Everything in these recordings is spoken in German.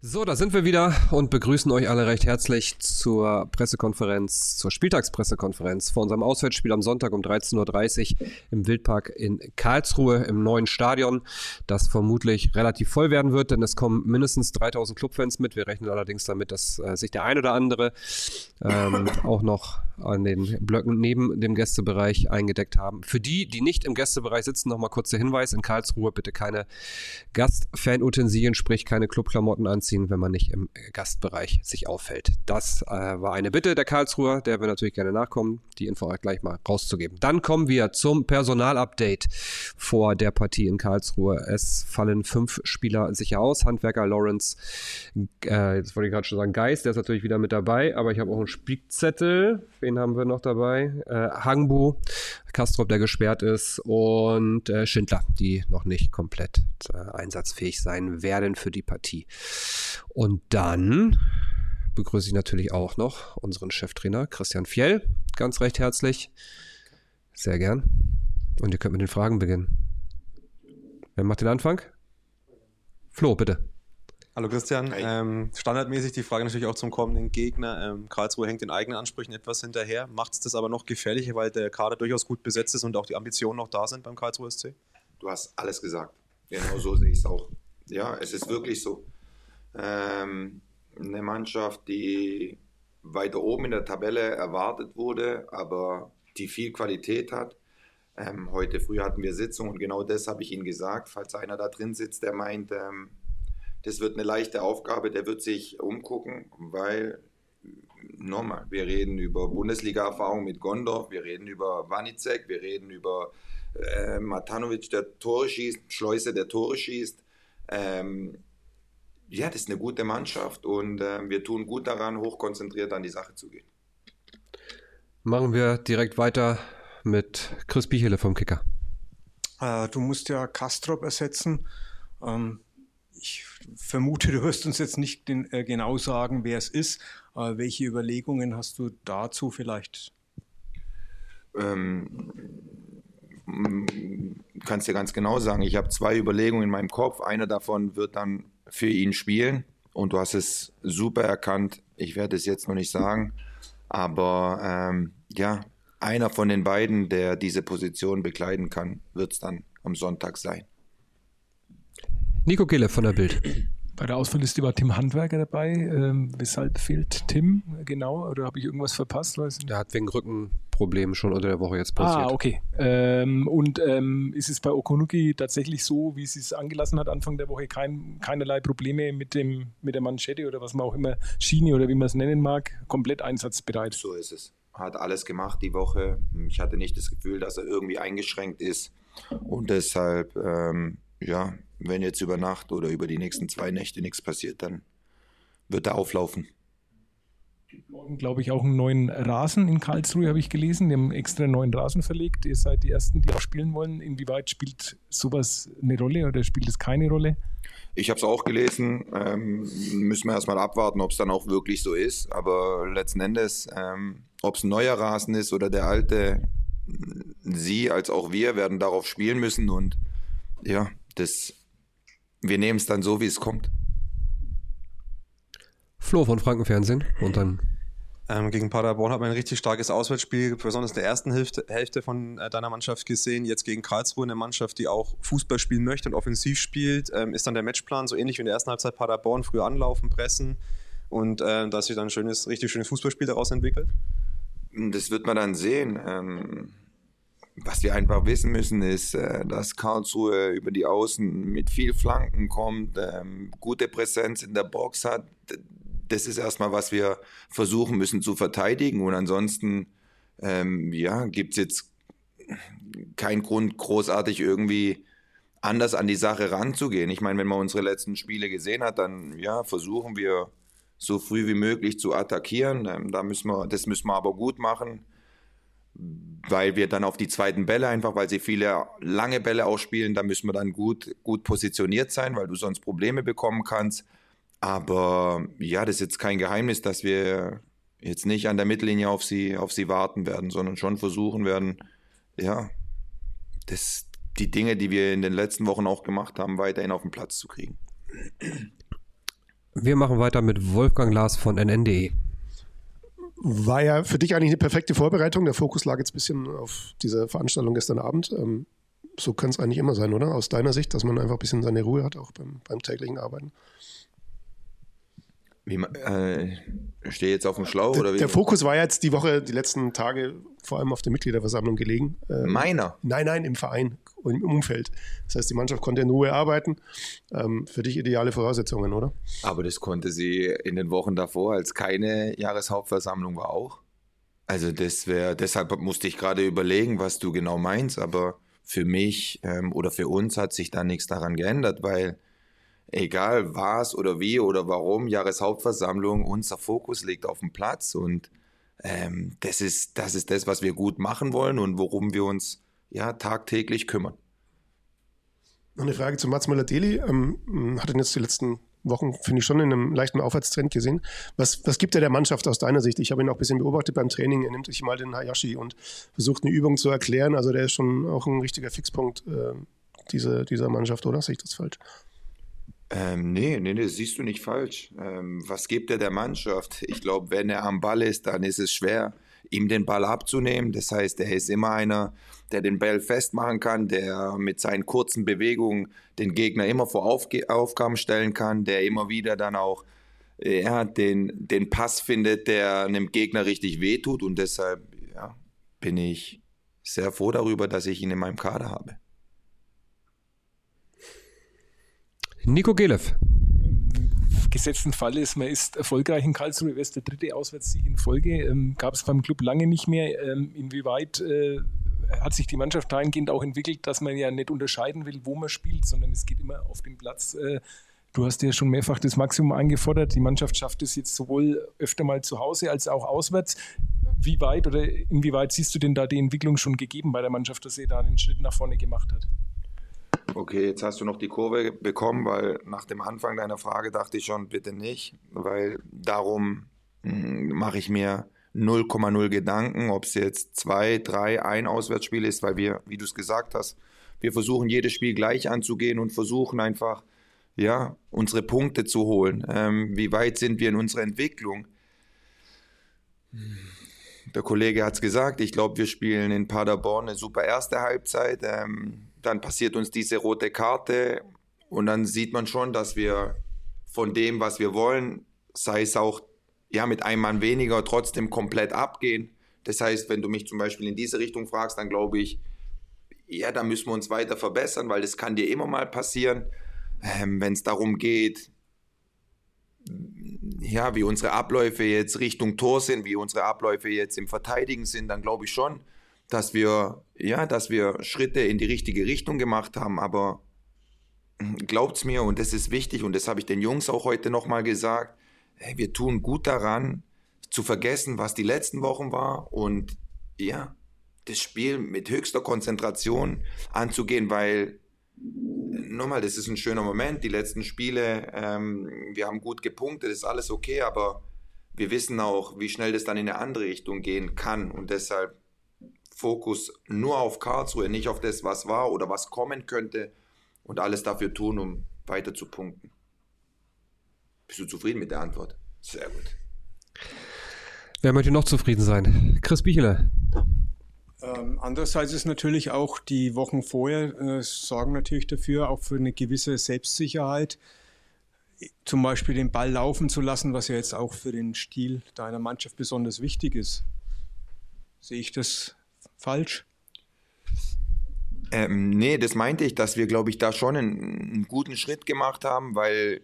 So, da sind wir wieder und begrüßen euch alle recht herzlich zur Pressekonferenz, zur Spieltagspressekonferenz vor unserem Auswärtsspiel am Sonntag um 13:30 Uhr im Wildpark in Karlsruhe im neuen Stadion, das vermutlich relativ voll werden wird, denn es kommen mindestens 3000 Clubfans mit. Wir rechnen allerdings damit, dass sich der ein oder andere auch noch an den Blöcken neben dem Gästebereich eingedeckt haben. Für die, die nicht im Gästebereich sitzen, nochmal kurz der Hinweis: In Karlsruhe bitte keine Gastfanutensilien, sprich keine Clubklamotten anziehen, wenn man nicht im Gastbereich sich aufhält. Das war eine Bitte der Karlsruher, der wir natürlich gerne nachkommen, die Info gleich mal rauszugeben. Dann kommen wir zum Personalupdate vor der Partie in Karlsruhe. Es fallen 5 Spieler sicher aus. Handwerker Lawrence, jetzt wollte ich gerade schon sagen Geis, der ist natürlich wieder mit dabei, aber ich habe auch einen Spickzettel. Wen haben wir noch dabei? Hangbu, Kastrop, der gesperrt ist, und Schindler, die noch nicht komplett einsatzfähig sein werden für die Partie. Und dann begrüße ich natürlich auch noch unseren Cheftrainer Christian Fjell, ganz recht herzlich. Sehr gern. Und ihr könnt mit den Fragen beginnen. Wer macht den Anfang? Flo, bitte. Hallo Christian, standardmäßig die Frage natürlich auch zum kommenden Gegner. Karlsruhe hängt den eigenen Ansprüchen etwas hinterher. Macht es das aber noch gefährlicher, weil der Kader durchaus gut besetzt ist und auch die Ambitionen noch da sind beim Karlsruhe SC? Du hast alles gesagt. Genau so sehe ich es auch. Ja, es ist wirklich so. Eine Mannschaft, die weiter oben in der Tabelle erwartet wurde, aber die viel Qualität hat. Heute früh hatten wir Sitzung und genau das habe ich Ihnen gesagt. Falls einer da drin sitzt, der meint, das wird eine leichte Aufgabe, der wird sich umgucken, weil, nochmal, wir reden über Bundesliga-Erfahrung mit Gondorf, wir reden über Wanicek, wir reden über Matanovic, der Tore schießt, Schleuse, der Tore schießt. Ja, das ist eine gute Mannschaft und wir tun gut daran, hochkonzentriert an die Sache zu gehen. Machen wir direkt weiter mit Chris Bichele vom Kicker. Du musst ja Kastrop ersetzen. Ich vermute, du wirst uns jetzt nicht genau sagen, wer es ist. Welche Überlegungen hast du dazu vielleicht? Kannst dir ganz genau sagen, ich habe 2 Überlegungen in meinem Kopf. Eine davon wird dann für ihn spielen und du hast es super erkannt. Ich werde es jetzt noch nicht sagen, aber ja, einer von den beiden, der diese Position bekleiden kann, wird es dann am Sonntag sein. Nico Gille von der Bild. Bei der Ausfallliste war Tim Handwerker dabei. Weshalb fehlt Tim genau? Oder habe ich irgendwas verpasst? Der hat wegen Rückenproblemen schon unter der Woche jetzt passiert. Okay. Ist es bei Okonuki tatsächlich so, wie es angelassen hat Anfang der Woche, keinerlei Probleme mit der Manschette oder was man auch immer, Schiene oder wie man es nennen mag, komplett einsatzbereit? So ist es. Hat alles gemacht die Woche. Ich hatte nicht das Gefühl, dass er irgendwie eingeschränkt ist. Und deshalb, ja, wenn jetzt über Nacht oder über die nächsten 2 Nächte nichts passiert, dann wird er auflaufen. Morgen, glaube ich, auch einen neuen Rasen in Karlsruhe, habe ich gelesen. Die haben extra einen neuen Rasen verlegt. Ihr seid die Ersten, die auch spielen wollen. Inwieweit spielt sowas eine Rolle oder spielt es keine Rolle? Ich habe es auch gelesen. Müssen wir erstmal abwarten, ob es dann auch wirklich so ist. Aber letzten Endes, ob es ein neuer Rasen ist oder der alte, Sie als auch wir werden darauf spielen müssen. Und ja, wir nehmen es dann so, wie es kommt. Flo von Frankenfernsehen und dann... Gegen Paderborn hat man ein richtig starkes Auswärtsspiel, besonders in der ersten Hälfte von deiner Mannschaft gesehen. Jetzt gegen Karlsruhe, eine Mannschaft, die auch Fußball spielen möchte und offensiv spielt. Ist dann der Matchplan so ähnlich wie in der ersten Halbzeit Paderborn, früh anlaufen, pressen und dass sich dann ein richtig schönes Fußballspiel daraus entwickelt? Das wird man dann sehen. Was wir einfach wissen müssen, ist, dass Karlsruhe über die Außen mit viel Flanken kommt, gute Präsenz in der Box hat. Das ist erstmal, was wir versuchen müssen zu verteidigen. Und ansonsten gibt es jetzt keinen Grund, großartig irgendwie anders an die Sache ranzugehen. Ich meine, wenn man unsere letzten Spiele gesehen hat, dann versuchen wir so früh wie möglich zu attackieren. Das müssen wir aber gut machen, weil wir dann auf die zweiten Bälle einfach, weil sie viele lange Bälle ausspielen, da müssen wir dann gut positioniert sein, weil du sonst Probleme bekommen kannst. Aber ja, das ist jetzt kein Geheimnis, dass wir jetzt nicht an der Mittellinie auf sie warten werden, sondern schon versuchen werden, die Dinge, die wir in den letzten Wochen auch gemacht haben, weiterhin auf den Platz zu kriegen. Wir machen weiter mit Wolfgang Lars von NN.de. War ja für dich eigentlich eine perfekte Vorbereitung. Der Fokus lag jetzt ein bisschen auf dieser Veranstaltung gestern Abend. So kann es eigentlich immer sein, oder? Aus deiner Sicht, dass man einfach ein bisschen seine Ruhe hat, auch beim täglichen Arbeiten. Stehe jetzt auf dem Schlauch? Oder wie? Der Fokus war jetzt die Woche, die letzten Tage vor allem auf der Mitgliederversammlung gelegen. Meiner? Nein, im Verein, im Umfeld. Das heißt, die Mannschaft konnte in Ruhe arbeiten. Für dich ideale Voraussetzungen, oder? Aber das konnte sie in den Wochen davor, als keine Jahreshauptversammlung war, auch. Also deshalb musste ich gerade überlegen, was du genau meinst, aber für mich oder für uns hat sich da nichts daran geändert, weil egal was oder wie oder warum, Jahreshauptversammlung, unser Fokus liegt auf dem Platz und das ist das, was wir gut machen wollen und worum wir uns tagtäglich kümmern. Noch eine Frage zu Mats Möller-Deli. Hat ihn jetzt die letzten Wochen, finde ich, schon in einem leichten Aufwärtstrend gesehen. Was gibt er der Mannschaft aus deiner Sicht? Ich habe ihn auch ein bisschen beobachtet beim Training. Er nimmt sich mal den Hayashi und versucht eine Übung zu erklären. Also der ist schon auch ein richtiger Fixpunkt dieser Mannschaft, oder? Sehe ich das falsch? Nee, das siehst du nicht falsch. Was gibt er der Mannschaft? Ich glaube, wenn er am Ball ist, dann ist es schwer, ihm den Ball abzunehmen. Das heißt, er ist immer einer, der den Ball festmachen kann, der mit seinen kurzen Bewegungen den Gegner immer vor Aufgaben stellen kann, der immer wieder dann auch den Pass findet, der einem Gegner richtig wehtut. Und deshalb bin ich sehr froh darüber, dass ich ihn in meinem Kader habe. Nico Gelev. Gesetzten Fall ist, man ist erfolgreich in Karlsruhe, wäre es der 3. Auswärtssieg in Folge. Gab es beim Club lange nicht mehr. Inwieweit hat sich die Mannschaft dahingehend auch entwickelt, dass man ja nicht unterscheiden will, wo man spielt, sondern es geht immer auf den Platz. Du hast ja schon mehrfach das Maximum eingefordert. Die Mannschaft schafft es jetzt sowohl öfter mal zu Hause als auch auswärts. Wie weit oder inwieweit siehst du denn da die Entwicklung schon gegeben bei der Mannschaft, dass sie da einen Schritt nach vorne gemacht hat? Okay, jetzt hast du noch die Kurve bekommen, weil nach dem Anfang deiner Frage dachte ich schon, bitte nicht, weil darum mache ich mir 0,0 Gedanken, ob es jetzt 2, 3, ein Auswärtsspiel ist, weil wir, wie du es gesagt hast, wir versuchen jedes Spiel gleich anzugehen und versuchen einfach, unsere Punkte zu holen. Wie weit sind wir in unserer Entwicklung? Der Kollege hat es gesagt, ich glaube, wir spielen in Paderborn eine super erste Halbzeit. Dann passiert uns diese rote Karte und dann sieht man schon, dass wir von dem, was wir wollen, sei es auch mit einem Mann weniger, trotzdem komplett abgehen. Das heißt, wenn du mich zum Beispiel in diese Richtung fragst, dann glaube ich, da müssen wir uns weiter verbessern, weil das kann dir immer mal passieren, wenn es darum geht, wie unsere Abläufe jetzt Richtung Tor sind, wie unsere Abläufe jetzt im Verteidigen sind, dann glaube ich schon, dass wir Schritte in die richtige Richtung gemacht haben, aber glaubt's mir, und das ist wichtig, und das habe ich den Jungs auch heute nochmal gesagt, wir tun gut daran, zu vergessen, was die letzten Wochen war und das Spiel mit höchster Konzentration anzugehen, weil nochmal, das ist ein schöner Moment, die letzten Spiele, wir haben gut gepunktet, ist alles okay, aber wir wissen auch, wie schnell das dann in eine andere Richtung gehen kann und deshalb Fokus nur auf Karlsruhe, nicht auf das, was war oder was kommen könnte und alles dafür tun, um weiter zu punkten. Bist du zufrieden mit der Antwort? Sehr gut. Wer möchte noch zufrieden sein? Chris Bichele. Andererseits ist natürlich auch die Wochen vorher sorgen natürlich dafür, auch für eine gewisse Selbstsicherheit, zum Beispiel den Ball laufen zu lassen, was ja jetzt auch für den Stil deiner Mannschaft besonders wichtig ist. Sehe ich das falsch? Nee, das meinte ich, dass wir, glaube ich, da schon einen guten Schritt gemacht haben, weil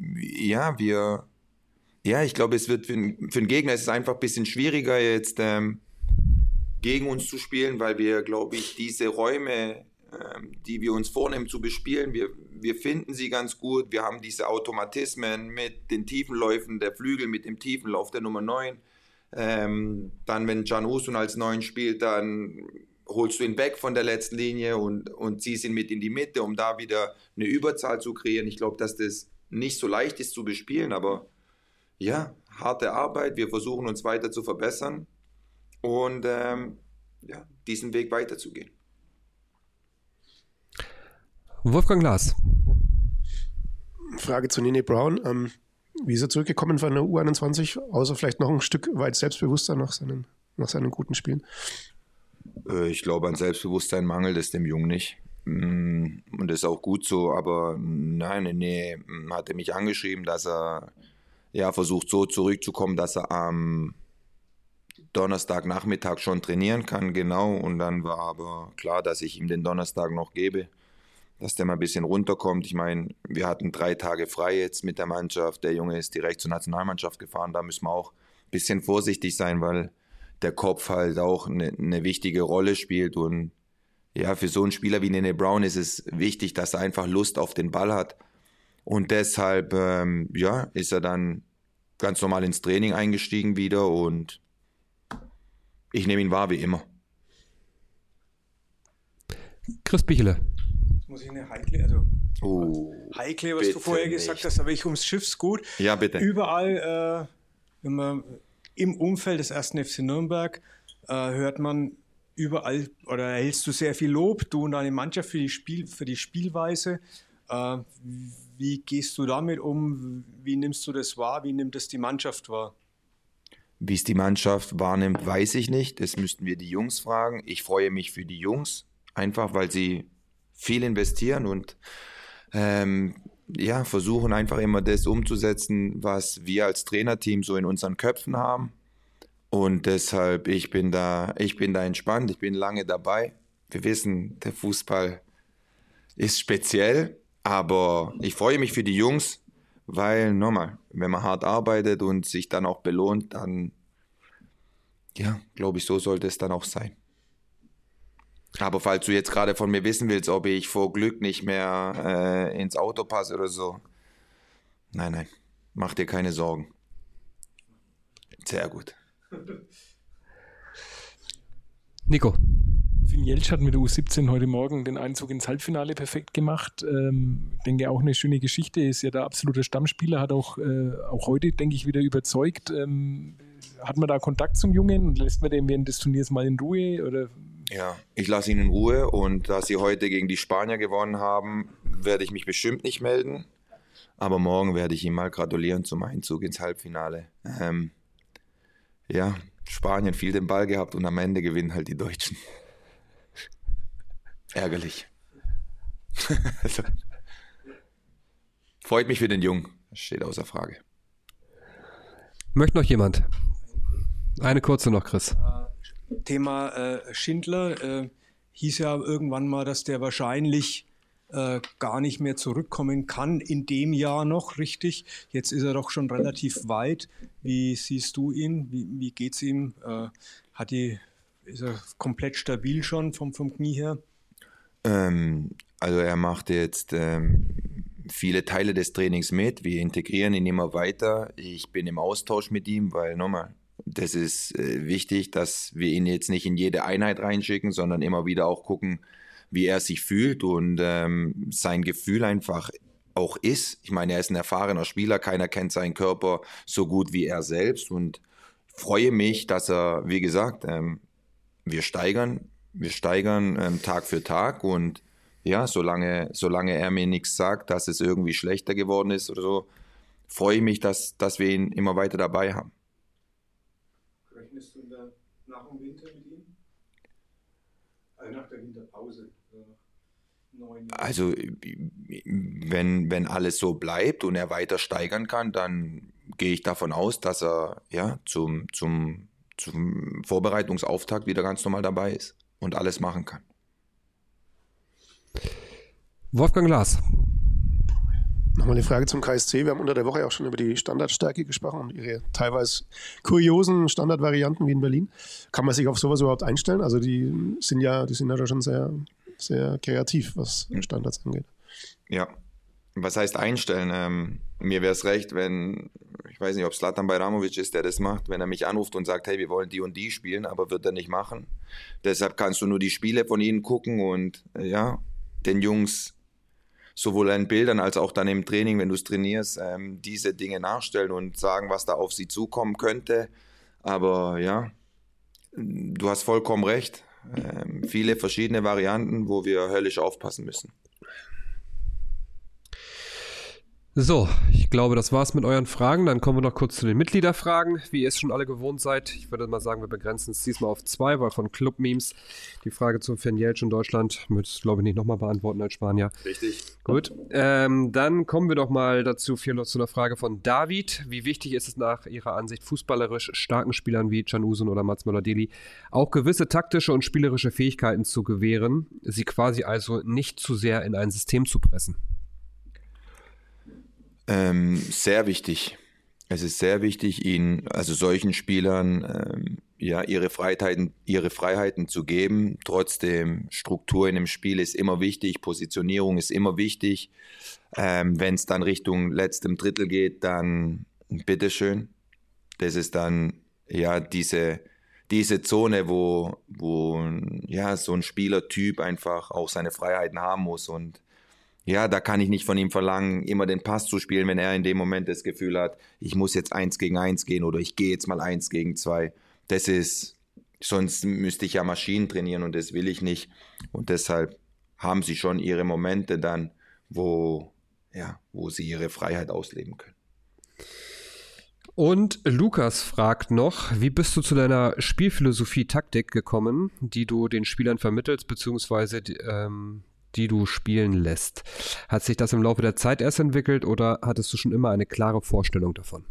ich glaube, es wird für den Gegner ist es einfach ein bisschen schwieriger jetzt gegen uns zu spielen, weil wir, glaube ich, diese Räume, die wir uns vornehmen zu bespielen, wir finden sie ganz gut. Wir haben diese Automatismen mit den Tiefenläufen, der Flügel mit dem Tiefenlauf der Nummer 9. Dann, wenn Can Usun als 9 spielt, dann holst du ihn weg von der letzten Linie und ziehst ihn mit in die Mitte, um da wieder eine Überzahl zu kreieren. Ich glaube, dass das nicht so leicht ist zu bespielen, aber harte Arbeit. Wir versuchen uns weiter zu verbessern und diesen Weg weiterzugehen. Wolfgang Lars. Frage zu Nene Brown. Wie ist er zurückgekommen von der U21, außer vielleicht noch ein Stück weit selbstbewusster nach seinen guten Spielen? Ich glaube, an Selbstbewusstsein mangelt es dem Jungen nicht. Und das ist auch gut so, aber nein, hat er mich angeschrieben, dass er versucht so zurückzukommen, dass er am Donnerstagnachmittag schon trainieren kann, genau. Und dann war aber klar, dass ich ihm den Donnerstag noch gebe, dass der mal ein bisschen runterkommt. Ich meine, wir hatten 3 Tage frei jetzt mit der Mannschaft. Der Junge ist direkt zur Nationalmannschaft gefahren. Da müssen wir auch ein bisschen vorsichtig sein, weil der Kopf halt auch eine wichtige Rolle spielt. Und ja, für so einen Spieler wie Nene Brown ist es wichtig, dass er einfach Lust auf den Ball hat. Und deshalb, ist er dann ganz normal ins Training eingestiegen wieder und ich nehme ihn wahr wie immer. Chris Bichele. Muss ich eine heikle, was du vorher gesagt hast, aber ich ums Schiffsgut. Ja, bitte. Überall, wenn man im Umfeld des 1. FC Nürnberg hört man überall, oder erhältst du sehr viel Lob, du und deine Mannschaft für die Spielweise. Wie gehst du damit um? Wie nimmst du das wahr? Wie nimmt es die Mannschaft wahr? Wie es die Mannschaft wahrnimmt, weiß ich nicht. Das müssten wir die Jungs fragen. Ich freue mich für die Jungs, einfach weil sie viel investieren und versuchen einfach immer das umzusetzen, was wir als Trainerteam so in unseren Köpfen haben. Und deshalb, ich bin da entspannt, ich bin lange dabei. Wir wissen, der Fußball ist speziell, aber ich freue mich für die Jungs, weil, nochmal, wenn man hart arbeitet und sich dann auch belohnt, dann, glaube ich, so sollte es dann auch sein. Aber falls du jetzt gerade von mir wissen willst, ob ich vor Glück nicht mehr ins Auto passe oder so, nein, mach dir keine Sorgen. Sehr gut. Nico. Finn Jeltsch hat mit der U17 heute Morgen den Einzug ins Halbfinale perfekt gemacht. Ich denke, auch eine schöne Geschichte, ist ja der absolute Stammspieler, hat auch heute, denke ich, wieder überzeugt. Hat man da Kontakt zum Jungen und lässt man den während des Turniers mal in Ruhe? Oder? Ja, ich lasse ihn in Ruhe und da sie heute gegen die Spanier gewonnen haben, werde ich mich bestimmt nicht melden. Aber morgen werde ich ihm mal gratulieren zum Einzug ins Halbfinale. Spanien viel den Ball gehabt und am Ende gewinnen halt die Deutschen. Ärgerlich. Freut mich für den Jungen. Das steht außer Frage. Möchte noch jemand? Eine kurze noch, Chris. Thema Schindler. Hieß ja irgendwann mal, dass der wahrscheinlich gar nicht mehr zurückkommen kann in dem Jahr noch, richtig? Jetzt ist er doch schon relativ weit. Wie siehst du ihn? Wie geht es ihm? Ist er komplett stabil schon vom Knie her? Also er macht jetzt viele Teile des Trainings mit. Wir integrieren ihn immer weiter. Ich bin im Austausch mit ihm, weil nochmal, das ist wichtig, dass wir ihn jetzt nicht in jede Einheit reinschicken, sondern immer wieder auch gucken, wie er sich fühlt und sein Gefühl einfach auch ist. Ich meine, er ist ein erfahrener Spieler, keiner kennt seinen Körper so gut wie er selbst und freue mich, dass er, wie gesagt, wir steigern Tag für Tag und ja, solange er mir nichts sagt, dass es irgendwie schlechter geworden ist oder so, freue ich mich, dass wir ihn immer weiter dabei haben. Rechnest du nach dem Winter mit ihm? Also nach der Winterpause? Also wenn alles so bleibt und er weiter steigern kann, dann gehe ich davon aus, dass er zum Vorbereitungsauftakt wieder ganz normal dabei ist und alles machen kann. Wolfgang Glas. Nochmal eine Frage zum KSC. Wir haben unter der Woche auch schon über die Standardstärke gesprochen und ihre teilweise kuriosen Standardvarianten wie in Berlin. Kann man sich auf sowas überhaupt einstellen? Also die sind ja da schon sehr, sehr kreativ, was Standards angeht. Ja, was heißt einstellen? Mir wäre es recht, wenn, ich weiß nicht, ob Zlatan Bajramovic ist, der das macht, wenn er mich anruft und sagt, hey, wir wollen die und die spielen, aber wird er nicht machen. Deshalb kannst du nur die Spiele von ihnen gucken und den Jungs sowohl in Bildern als auch dann im Training, wenn du es trainierst, diese Dinge nachstellen und sagen, was da auf sie zukommen könnte. Aber ja, du hast vollkommen recht. Viele verschiedene Varianten, wo wir höllisch aufpassen müssen. So, ich glaube, das war's mit euren Fragen. Dann kommen wir noch kurz zu den Mitgliederfragen, wie ihr es schon alle gewohnt seid. Ich würde mal sagen, wir begrenzen es diesmal auf 2, weil von Club-Memes die Frage zu Fenjelc in Deutschland müsst glaube ich, nicht nochmal beantworten als Spanier. Richtig. Gut, dann kommen wir doch mal dazu, zu einer Frage von David. Wie wichtig ist es nach Ihrer Ansicht fußballerisch starken Spielern wie Can Uzun oder Mats Möller-Deli auch gewisse taktische und spielerische Fähigkeiten zu gewähren, sie quasi also nicht zu sehr in ein System zu pressen? Sehr wichtig. Es ist sehr wichtig, solchen Spielern ihre Freiheiten zu geben. Trotzdem, Struktur in dem Spiel ist immer wichtig, Positionierung ist immer wichtig. Wenn es dann Richtung letztem Drittel geht, dann bitteschön. Das ist dann diese Zone, wo so ein Spielertyp einfach auch seine Freiheiten haben muss. Und da kann ich nicht von ihm verlangen, immer den Pass zu spielen, wenn er in dem Moment das Gefühl hat, ich muss jetzt 1 gegen 1 gehen oder ich gehe jetzt mal 1 gegen 2. Sonst müsste ich ja Maschinen trainieren und das will ich nicht. Und deshalb haben sie schon ihre Momente dann, wo sie ihre Freiheit ausleben können. Und Lukas fragt noch, wie bist du zu deiner Spielphilosophie-Taktik gekommen, die du den Spielern vermittelst, beziehungsweise die du spielen lässt? Hat sich das im Laufe der Zeit erst entwickelt oder hattest du schon immer eine klare Vorstellung davon?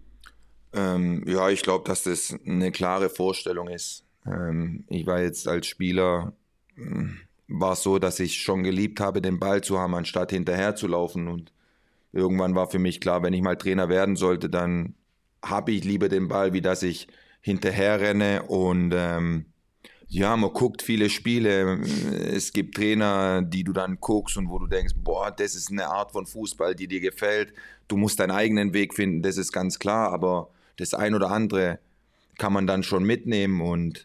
Ich glaube, dass das eine klare Vorstellung ist. Ich war jetzt als Spieler, war es so, dass ich schon geliebt habe, den Ball zu haben, anstatt hinterher zu laufen. Und irgendwann war für mich klar, wenn ich mal Trainer werden sollte, dann habe ich lieber den Ball, wie dass ich hinterher renne. Und man guckt viele Spiele, es gibt Trainer, die du dann guckst und wo du denkst, boah, das ist eine Art von Fußball, die dir gefällt. Du musst deinen eigenen Weg finden, das ist ganz klar, aber das ein oder andere kann man dann schon mitnehmen und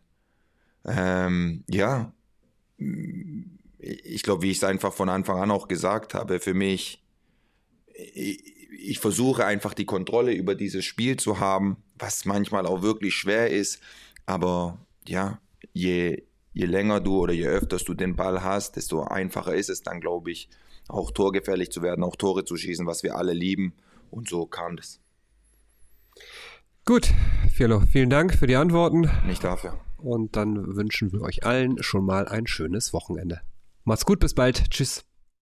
ich glaube, wie ich es einfach von Anfang an auch gesagt habe, für mich, ich versuche einfach die Kontrolle über dieses Spiel zu haben, was manchmal auch wirklich schwer ist, aber je länger du oder je öfter du den Ball hast, desto einfacher ist es dann, glaube ich, auch torgefährlich zu werden, auch Tore zu schießen, was wir alle lieben. Und so kam das. Gut, Fialo, vielen Dank für die Antworten. Nicht dafür. Und dann wünschen wir euch allen schon mal ein schönes Wochenende. Macht's gut, bis bald. Tschüss.